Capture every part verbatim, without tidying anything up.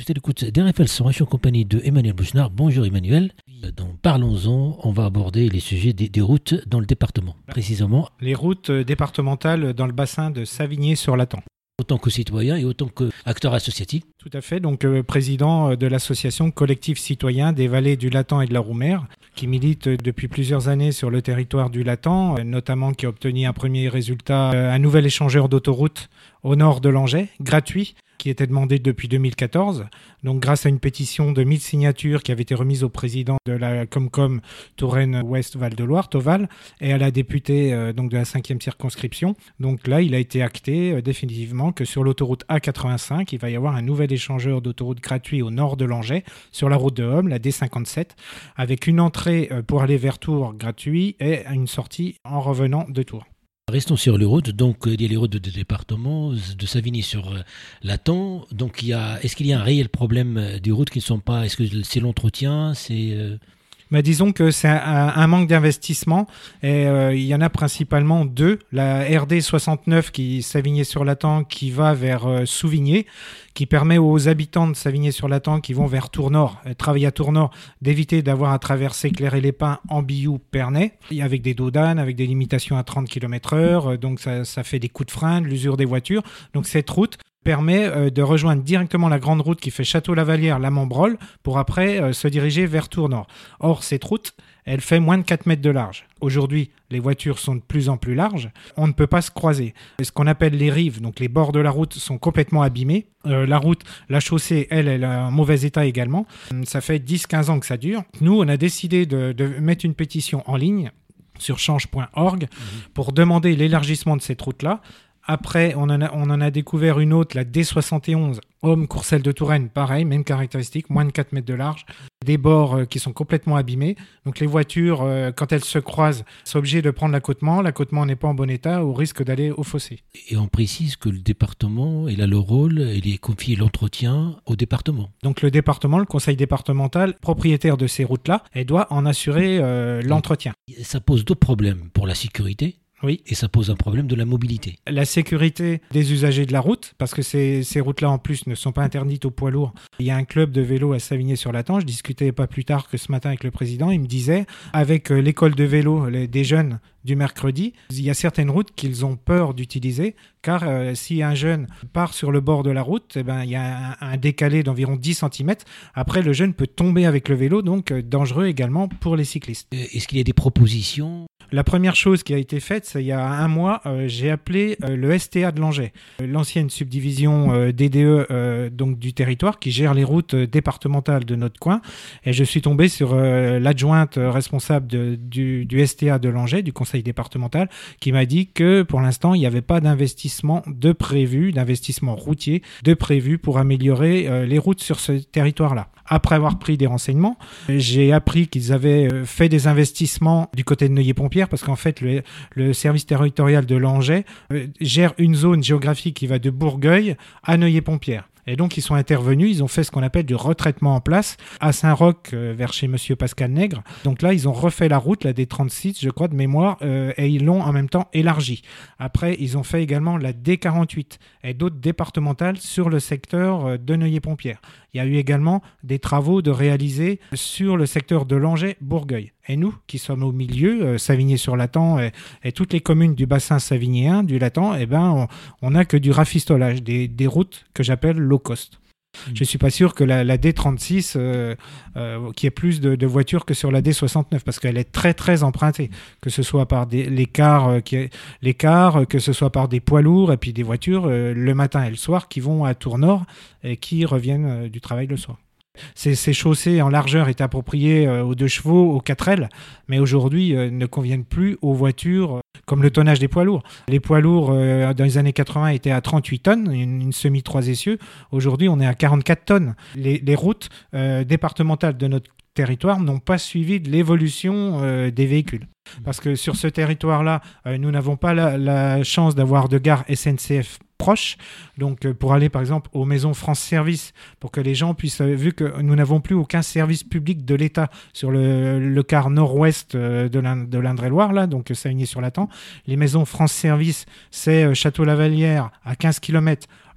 êtes à l'écoute d'R F L cent, en compagnie de Emmanuel Bouchenard. Bonjour Emmanuel. Donc, parlons-en, on va aborder les sujets des, des routes dans le département. Précisément, les routes départementales dans le bassin de Savigny-sur-Latan. Autant que citoyen et autant qu'acteur associatif. Tout à fait, donc euh, président de l'association Collectif Citoyen des Vallées du Latan et de la Roumère, qui milite depuis plusieurs années sur le territoire du Latan, euh, notamment qui a obtenu un premier résultat, euh, un nouvel échangeur d'autoroute au nord de Langeais, gratuit, qui était demandé depuis deux mille quatorze. Donc grâce à une pétition de mille signatures qui avait été remise au président de la Comcom Touraine-Ouest-Val-de-Loire, Toval, et à la députée euh, donc de la cinquième circonscription. Donc là, il a été acté euh, définitivement que sur l'autoroute A quatre-vingt-cinq, il va y avoir un nouvel échangeur d'autoroute gratuit au nord de Langeais, sur la route de Homme, la D cinquante-sept, avec une entrée euh, pour aller vers Tours gratuit et une sortie en revenant de Tours. Restons sur les routes. Donc, il y a les routes de département, de Savigny sur Latan. Donc, il y a, est-ce qu'il y a un réel problème des routes qui ne sont pas... Est-ce que c'est l'entretien, c'est... Euh... Bah, disons que c'est un, un manque d'investissement et euh, il y en a principalement deux. La R D soixante-neuf qui Savigny-sur-Latan qui va vers euh, Souvigné, qui permet aux habitants de Savigny-sur-Latan qui vont vers Tours-Nord, euh, travailler à Tours-Nord, d'éviter d'avoir à traverser Clairet-les-Pins, Ambiou, Pernay, avec des dos d'âne, avec des limitations à trente kilomètres heure, euh, donc ça, ça fait des coups de frein, de l'usure des voitures. Donc cette route permet euh, de rejoindre directement la grande route qui fait Château-Lavallière, la Montbrol, pour après euh, se diriger vers Tours-Nord. Or, cette route, elle fait moins de quatre mètres de large. Aujourd'hui, les voitures sont de plus en plus larges. On ne peut pas se croiser. Et ce qu'on appelle les rives, donc les bords de la route, sont complètement abîmés. Euh, la route, la chaussée, elle, elle a un mauvais état également. Ça fait dix à quinze ans que ça dure. Nous, on a décidé de, de mettre une pétition en ligne sur change point org mmh. pour demander l'élargissement de cette route-là. Après, on en, a, on en a découvert une autre, la D soixante et onze, Homme-Courcelles de Touraine, pareil, même caractéristique, moins de quatre mètres de large, des bords euh, qui sont complètement abîmés. Donc les voitures, euh, quand elles se croisent, sont obligées de prendre l'accotement. L'accotement n'est pas en bon état, au risque d'aller au fossé. Et on précise que le département, il a le rôle, il est confié l'entretien au département. Donc le département, le conseil départemental, propriétaire de ces routes-là, elle doit en assurer euh, l'entretien. Ça pose d'autres problèmes pour la sécurité. Oui, et ça pose un problème de la mobilité. La sécurité des usagers de la route, parce que ces, ces routes-là en plus ne sont pas interdites aux poids lourds. Il y a un club de vélo à Savigny-sur-Latan, je discutais pas plus tard que ce matin avec le président, il me disait, avec l'école de vélo les, des jeunes du mercredi, il y a certaines routes qu'ils ont peur d'utiliser, car euh, si un jeune part sur le bord de la route, eh ben, il y a un, un décalé d'environ dix centimètres. Après, le jeune peut tomber avec le vélo, donc euh, dangereux également pour les cyclistes. Est-ce qu'il y a des propositions ? La première chose qui a été faite, c'est il y a un mois, euh, j'ai appelé euh, le S T A de Langeais, euh, l'ancienne subdivision euh, D D E euh, donc du territoire qui gère les routes euh, départementales de notre coin. Et je suis tombé sur euh, l'adjointe responsable de, du, du S T A de Langeais, du conseil départemental, qui m'a dit que pour l'instant, il n'y avait pas d'investissement de prévu, d'investissement routier de prévu pour améliorer euh, les routes sur ce territoire-là. Après avoir pris des renseignements, j'ai appris qu'ils avaient fait des investissements du côté de Neuilly-Pompières parce qu'en fait, le, le service territorial de Langeais euh, gère une zone géographique qui va de Bourgueil à Neuilly-Pompières. Et donc, ils sont intervenus, ils ont fait ce qu'on appelle du retraitement en place à Saint-Roch, euh, vers chez Monsieur Pascal Nègre. Donc là, ils ont refait la route, la D trente-six, je crois, de mémoire, euh, et ils l'ont en même temps élargie. Après, ils ont fait également la D quarante-huit et d'autres départementales sur le secteur euh, de Neuilly-Pompières. Il y a eu également des travaux de réaliser sur le secteur de Langeais-Bourgueil. Et nous, qui sommes au milieu, euh, Savigny-sur-Latan et, et toutes les communes du bassin savignéen, du Latan, eh ben, on n'a que du rafistolage, des, des routes que j'appelle low cost. Mmh. Je ne suis pas sûr que la, la D trente-six, euh, euh, qu'il y ait plus de, de voitures que sur la D soixante-neuf, parce qu'elle est très très empruntée, que ce soit par des, les, cars, euh, qui est, les cars, que ce soit par des poids lourds, et puis des voitures euh, le matin et le soir qui vont à Tours-Nord et qui reviennent euh, du travail le soir. Ces, ces chaussées en largeur étaient appropriées euh, aux deux chevaux, aux quatre ailes, mais aujourd'hui euh, ne conviennent plus aux voitures euh, comme le tonnage des poids lourds. Les poids lourds euh, dans les années quatre-vingts étaient à trente-huit tonnes, une, une semi-trois essieux. Aujourd'hui, on est à quarante-quatre tonnes. Les, les routes euh, départementales de notre territoire n'ont pas suivi de l'évolution euh, des véhicules. Parce que sur ce territoire-là, euh, nous n'avons pas la, la chance d'avoir de gare S N C F proche. Donc, euh, pour aller, par exemple, aux maisons France Service, pour que les gens puissent... Euh, vu que nous n'avons plus aucun service public de l'État sur le, le quart nord-ouest euh, de, l'Inde, de l'Indre-et-Loire, là, donc Savigny-sur-Latan, les maisons France Service, c'est euh, Château-Lavallière à quinze kilomètres,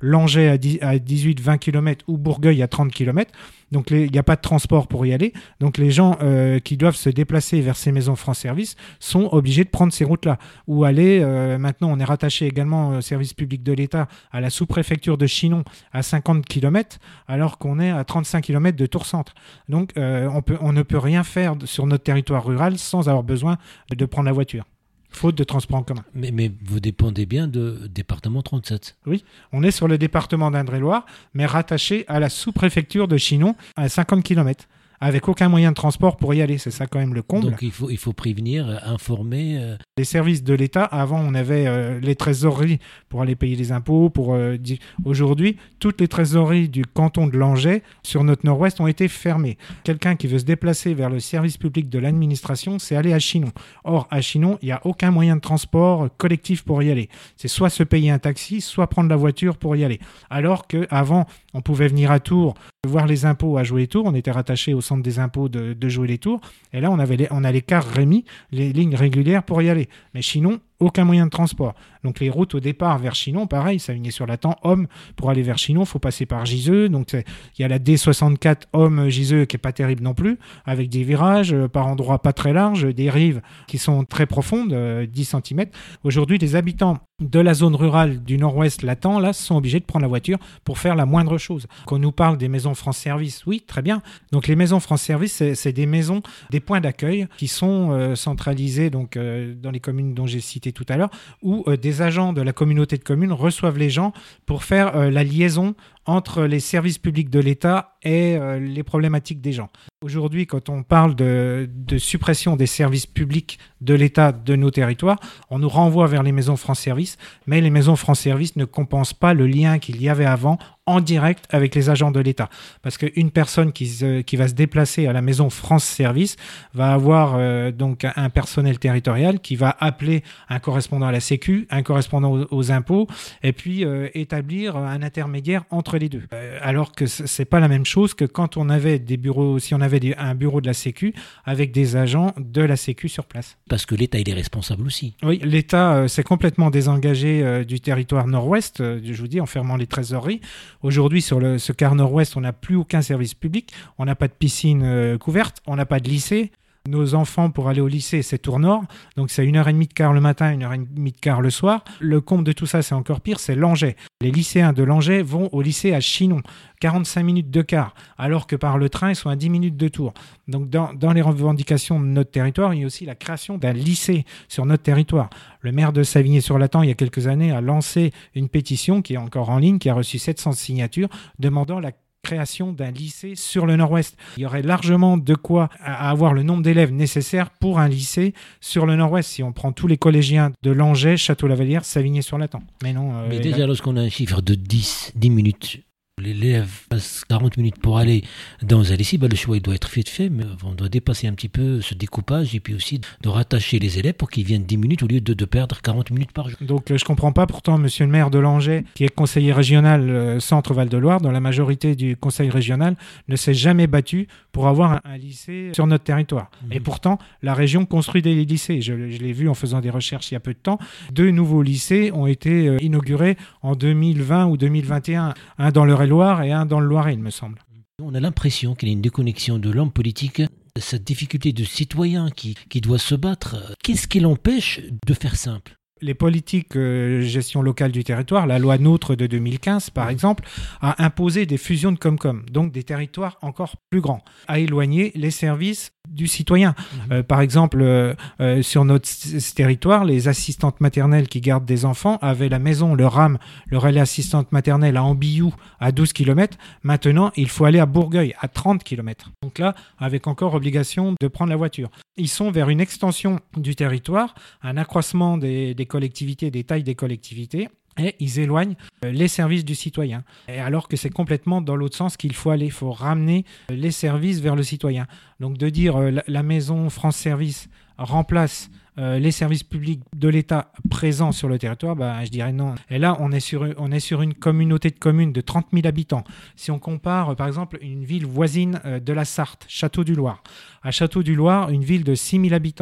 Langeais à, dix, à dix-huit vingt kilomètres ou Bourgueil à trente kilomètres. Donc il n'y a pas de transport pour y aller. Donc les gens euh, qui doivent se déplacer vers ces maisons France Service sont obligés de prendre ces routes-là. Ou aller, euh, maintenant on est rattaché également au service public de l'État à la sous-préfecture de Chinon à cinquante kilomètres, alors qu'on est à trente-cinq kilomètres de Tours-Centre. Donc euh, on, peut, on ne peut rien faire sur notre territoire rural sans avoir besoin de prendre la voiture. Faute de transport en commun. Mais, mais vous dépendez bien de département trente-sept. Oui, on est sur le département d'Indre-et-Loire, mais rattaché à la sous-préfecture de Chinon à cinquante kilomètres, avec aucun moyen de transport pour y aller. C'est ça quand même le comble. Donc il faut, il faut prévenir, informer. Euh... Les services de l'État, avant on avait euh, les trésoreries pour aller payer les impôts. Pour euh, di... Aujourd'hui, toutes les trésoreries du canton de Langeais sur notre nord-ouest ont été fermées. Quelqu'un qui veut se déplacer vers le service public de l'administration, c'est aller à Chinon. Or, à Chinon, il n'y a aucun moyen de transport collectif pour y aller. C'est soit se payer un taxi, soit prendre la voiture pour y aller. Alors qu'avant, on pouvait venir à Tours, voir les impôts à Jouer-les-Tours. On était rattaché au centre des impôts de, de Jouer-les-Tours. Et là, on, avait les, on a les cars Rémy, les lignes régulières pour y aller. Mais Chinon, aucun moyen de transport. Donc les routes au départ vers Chinon, pareil, Savigny-sur-Lathan, Homme, pour aller vers Chinon, il faut passer par Giseux. Donc il y a la D soixante-quatre Homme-Giseux qui n'est pas terrible non plus, avec des virages euh, par endroits pas très larges, des rives qui sont très profondes, euh, dix centimètres. Aujourd'hui, les habitants de la zone rurale du nord-ouest Lathan, là, sont obligés de prendre la voiture pour faire la moindre chose. Quand on nous parle des maisons France Service, oui, très bien. Donc les maisons France Service, c'est, c'est des maisons, des points d'accueil qui sont euh, centralisés donc, euh, dans les communes dont j'ai cité tout à l'heure, où euh, des agents de la communauté de communes reçoivent les gens pour faire euh, la liaison entre les services publics de l'État et euh, les problématiques des gens. Aujourd'hui, quand on parle de, de suppression des services publics de l'État de nos territoires, on nous renvoie vers les maisons France Service, mais les maisons France Service ne compensent pas le lien qu'il y avait avant en direct avec les agents de l'État. Parce qu'une personne qui, se, qui va se déplacer à la maison France Service va avoir euh, donc un personnel territorial qui va appeler un correspondant à la Sécu, un correspondant aux, aux impôts, et puis euh, établir un intermédiaire entre les deux. Euh, alors que c'est pas la même chose que quand on avait des bureaux, si on avait des, un bureau de la Sécu avec des agents de la Sécu sur place. Parce que l'État, il est responsable aussi. Oui, l'État euh, s'est complètement désengagé euh, du territoire nord-ouest, euh, je vous dis, en fermant les trésoreries. Aujourd'hui, sur le, ce quart nord-ouest, on n'a plus aucun service public, on n'a pas de piscine euh, couverte, on n'a pas de lycée. Nos enfants, pour aller au lycée, c'est Tours-Nord, donc c'est une heure et demie de car le matin, une heure et demie de car le soir. Le comble de tout ça, c'est encore pire, c'est Langeais. Les lycéens de Langeais vont au lycée à Chinon, quarante-cinq minutes de car, alors que par le train, ils sont à dix minutes de Tours. Donc dans, dans les revendications de notre territoire, il y a aussi la création d'un lycée sur notre territoire. Le maire de Savigny-sur-Lathan, il y a quelques années, a lancé une pétition qui est encore en ligne, qui a reçu sept cents signatures, demandant la création d'un lycée sur le nord-ouest. Il y aurait largement de quoi avoir le nombre d'élèves nécessaires pour un lycée sur le nord-ouest, si on prend tous les collégiens de Langeais, Château-Lavallière, Savigny-sur-Lathan. Mais non. Euh, Mais déjà, là... lorsqu'on a un chiffre de dix, dix minutes, l'élève passe quarante minutes pour aller dans un lycée, bah le choix il doit être fait de fait, mais on doit dépasser un petit peu ce découpage et puis aussi de rattacher les élèves pour qu'ils viennent dix minutes au lieu de, de perdre quarante minutes par jour. Donc euh, je ne comprends pas, pourtant monsieur le maire de Langeais, qui est conseiller régional euh, Centre-Val de Loire, dans la majorité du conseil régional, ne s'est jamais battu pour avoir un, un lycée sur notre territoire. Mmh. Et pourtant, la région construit des lycées. Je, je l'ai vu en faisant des recherches il y a peu de temps. Deux nouveaux lycées ont été euh, inaugurés en deux mille vingt ou deux mille vingt et un, un dans le Loire et un dans le Loiret, il me semble. On a l'impression qu'il y a une déconnexion de l'homme politique, cette difficulté de citoyen qui, qui doit se battre. Qu'est-ce qui l'empêche de faire simple ? Les politiques euh, gestion locale du territoire, la loi NOTRe de deux mille quinze par exemple, a imposé des fusions de Comcom, donc des territoires encore plus grands, a éloigné les services du citoyen. Mmh. Euh, par exemple, euh, euh, sur notre c- territoire, les assistantes maternelles qui gardent des enfants avaient la maison, le RAM, le relais assistante maternelle à Ambiou à douze kilomètres. Maintenant, il faut aller à Bourgueil à trente kilomètres. Donc là, avec encore obligation de prendre la voiture. Ils sont vers une extension du territoire, un accroissement des, des collectivités, des tailles des collectivités, et ils éloignent les services du citoyen. Et alors que c'est complètement dans l'autre sens qu'il faut aller. Il faut ramener les services vers le citoyen. Donc de dire euh, la, la maison France Service remplace euh, les services publics de l'État présents sur le territoire, bah, je dirais non. Et là, on est, sur, on est sur une communauté de communes de trente mille habitants. Si on compare, par exemple, une ville voisine euh, de la Sarthe, Château-du-Loir. À Château-du-Loir, une ville de six mille habitants.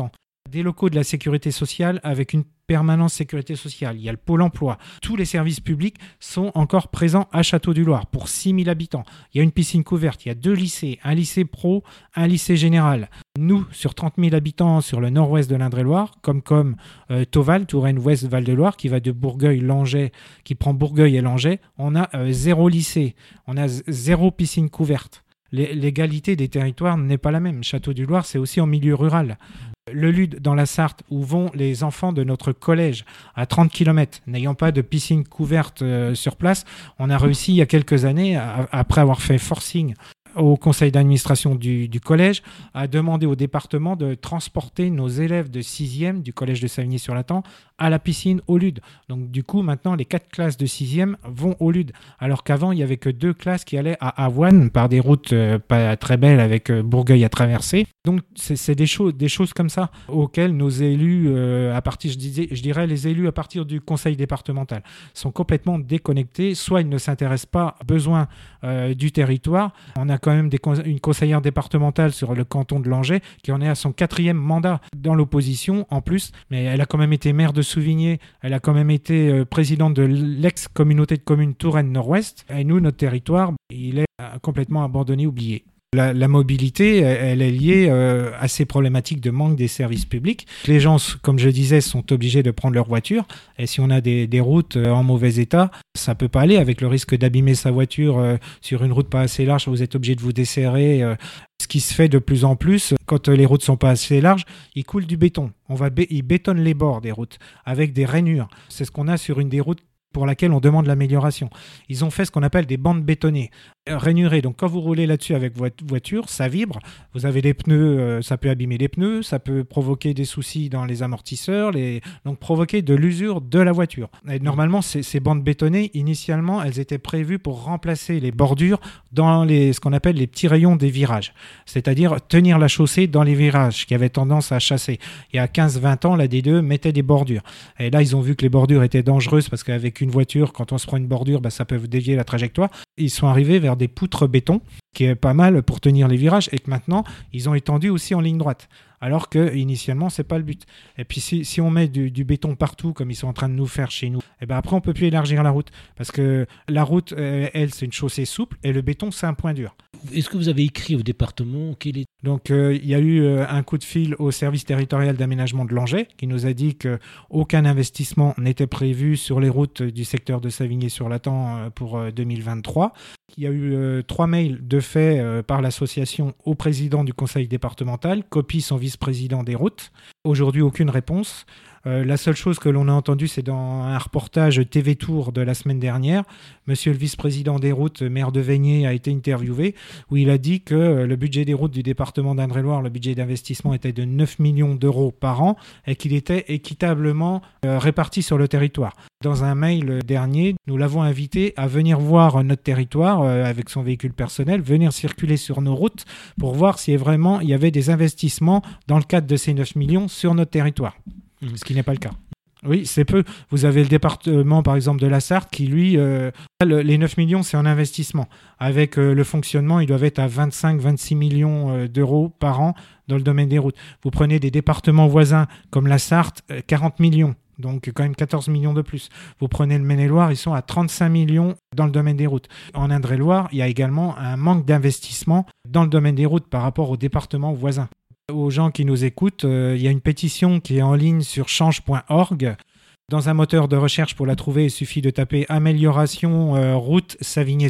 des locaux de la sécurité sociale avec une permanence sécurité sociale. Il y a le pôle emploi. Tous les services publics sont encore présents à Château-du-Loir pour six mille habitants. Il y a une piscine couverte, il y a deux lycées, un lycée pro, un lycée général. Nous, sur trente mille habitants sur le nord-ouest de l'Indre-et-Loire, comme comme euh, Toval, Touraine-Ouest, Val-de-Loire, qui va de Bourgueil, Langeais, qui prend Bourgueil et Langeais, on a euh, zéro lycée, on a z- zéro piscine couverte. L'égalité des territoires n'est pas la même. Château-du-Loir, c'est aussi en milieu rural. Le Lude, dans la Sarthe, où vont les enfants de notre collège à trente kilomètres, n'ayant pas de piscine couverte euh, sur place, on a réussi il y a quelques années, à, après avoir fait forcing au conseil d'administration du, du collège, à demander au département de transporter nos élèves de sixième du collège de Savigny-sur-Lathan à la piscine au Lude. Donc du coup, maintenant, les quatre classes de sixième vont au Lude, alors qu'avant, il n'y avait que deux classes qui allaient à Avoine par des routes euh, pas très belles avec euh, Bourgueil à traverser. Donc c'est, c'est des, choses, des choses comme ça auxquelles nos élus, euh, à partir, je, disais, je dirais les élus à partir du conseil départemental, sont complètement déconnectés. Soit ils ne s'intéressent pas aux besoins euh, du territoire. On a quand même des con- une conseillère départementale sur le canton de Langeais qui en est à son quatrième mandat dans l'opposition en plus, mais elle a quand même été maire de Souvigné, elle a quand même été euh, présidente de l'ex-communauté de communes Touraine Nord-Ouest, et nous, notre territoire, il est euh, complètement abandonné, oublié. La, la mobilité, elle est liée euh, à ces problématiques de manque des services publics. Les gens, comme je disais, sont obligés de prendre leur voiture. Et si on a des, des routes en mauvais état, ça peut pas aller avec le risque d'abîmer sa voiture euh, sur une route pas assez large. Vous êtes obligé de vous desserrer. Euh, ce qui se fait de plus en plus, quand les routes sont pas assez larges, ils coulent du béton. On va bé- ils bétonnent les bords des routes avec des rainures. C'est ce qu'on a sur une des routes pour laquelle on demande l'amélioration. Ils ont fait ce qu'on appelle des bandes bétonnées, euh, rainurées. Donc quand vous roulez là-dessus avec votre voiture, ça vibre. Vous avez des pneus, euh, ça peut abîmer les pneus, ça peut provoquer des soucis dans les amortisseurs, les... donc provoquer de l'usure de la voiture. Et normalement, ces, ces bandes bétonnées, initialement, elles étaient prévues pour remplacer les bordures dans les, ce qu'on appelle les petits rayons des virages. C'est-à-dire tenir la chaussée dans les virages qui avaient tendance à chasser. Il y a quinze vingt ans, la D deux mettait des bordures. Et là, ils ont vu que les bordures étaient dangereuses parce qu'avec une voiture, quand on se prend une bordure, bah, ça peut dévier la trajectoire. Ils sont arrivés vers des poutres béton, qui est pas mal pour tenir les virages, et que maintenant, ils ont étendu aussi en ligne droite. Alors que initialement, c'est pas le but. Et puis si, si on met du, du béton partout, comme ils sont en train de nous faire chez nous, et ben après on peut plus élargir la route, parce que la route, euh, elle, c'est une chaussée souple, et le béton, c'est un point dur. Est-ce que vous avez écrit au département quel est... Donc euh, il y a eu euh, un coup de fil au service territorial d'aménagement de Langeais qui nous a dit qu'aucun investissement n'était prévu sur les routes du secteur de Savigny-sur-Lathan euh, pour euh, deux mille vingt-trois. Il y a eu euh, trois mails de fait euh, par l'association au président du conseil départemental, copie son vice-président des routes. Aujourd'hui, aucune réponse. Euh, la seule chose que l'on a entendue, c'est dans un reportage T V Tour de la semaine dernière. Monsieur le vice-président des routes, maire de Vaigné, a été interviewé, où il a dit que euh, le budget des routes du département d'Indre-et-Loire, le budget d'investissement était de neuf millions d'euros par an et qu'il était équitablement euh, réparti sur le territoire. Dans un mail dernier, nous l'avons invité à venir voir notre territoire euh, avec son véhicule personnel, venir circuler sur nos routes pour voir si vraiment il y avait des investissements dans le cadre de ces neuf millions sur notre territoire. Mmh. Ce qui n'est pas le cas. Oui, c'est peu. Vous avez le département, par exemple, de la Sarthe, qui, lui, euh, le, les neuf millions, c'est en investissement. Avec euh, le fonctionnement, ils doivent être à vingt-cinq à vingt-six millions euh, d'euros par an dans le domaine des routes. Vous prenez des départements voisins comme la Sarthe, euh, quarante millions. Donc quand même quatorze millions de plus. Vous prenez le Maine-et-Loire, ils sont à trente-cinq millions dans le domaine des routes. En Indre-et-Loire, il y a également un manque d'investissement dans le domaine des routes par rapport aux départements voisins. Aux gens qui nous écoutent, euh, il y a une pétition qui est en ligne sur change point org. Dans un moteur de recherche, pour la trouver, il suffit de taper « Amélioration euh, route Savigny-sur-Lathan ».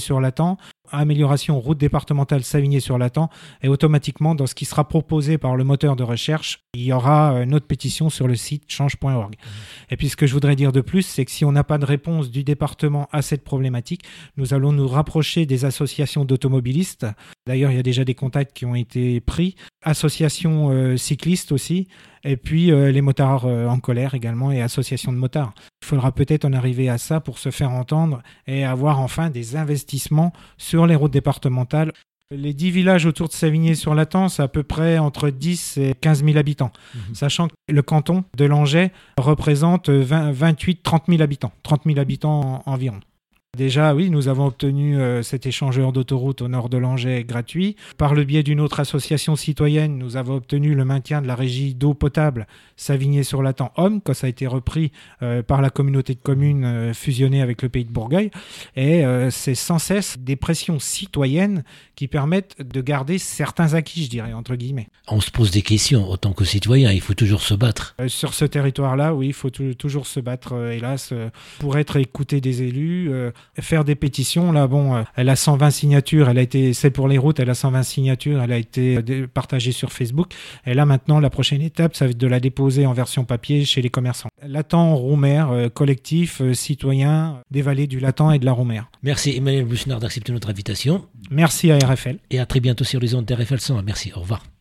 Amélioration route départementale Savigny-sur-Lathan, et automatiquement, dans ce qui sera proposé par le moteur de recherche, il y aura notre pétition sur le site change point org. Mmh. Et puis ce que je voudrais dire de plus, c'est que si on n'a pas de réponse du département à cette problématique, nous allons nous rapprocher des associations d'automobilistes. D'ailleurs, il y a déjà des contacts qui ont été pris, associations euh, cyclistes aussi, et puis euh, les motards euh, en colère également, et associations de motards. Il faudra peut-être en arriver à ça pour se faire entendre et avoir enfin des investissements sur les routes départementales. Les dix villages autour de Savigny-sur-Lathan, c'est à peu près entre dix et quinze mille habitants, mmh. sachant que le canton de Langeais représente vingt, vingt-huit à trente mille habitants, trente mille habitants en, environ. Déjà, oui, nous avons obtenu euh, cet échangeur d'autoroute au nord de Langeais gratuit. Par le biais d'une autre association citoyenne, nous avons obtenu le maintien de la régie d'eau potable Savigné-sur-Latan-Homme, quand ça a été repris euh, par la communauté de communes euh, fusionnée avec le Pays de Bourgueil. Et euh, c'est sans cesse des pressions citoyennes qui permettent de garder certains acquis, je dirais, entre guillemets. On se pose des questions, autant que citoyen, il faut toujours se battre. Euh, sur ce territoire-là, oui, il faut t- toujours se battre, euh, hélas, euh, pour être écouté des élus, euh, faire des pétitions. Là, bon, euh, elle a cent vingt signatures, elle a été, c'est pour les routes, elle a cent vingt signatures, elle a été euh, partagée sur Facebook. Et là, maintenant, la prochaine étape, ça va être de la déposer en version papier chez les commerçants. Latan Roumère, euh, collectif euh, citoyen des vallées du Latan et de la Roumère. Merci Emmanuel Bousnard d'accepter notre invitation. Merci à R F L. Et à très bientôt sur les ondes de R F L cent. Merci, au revoir.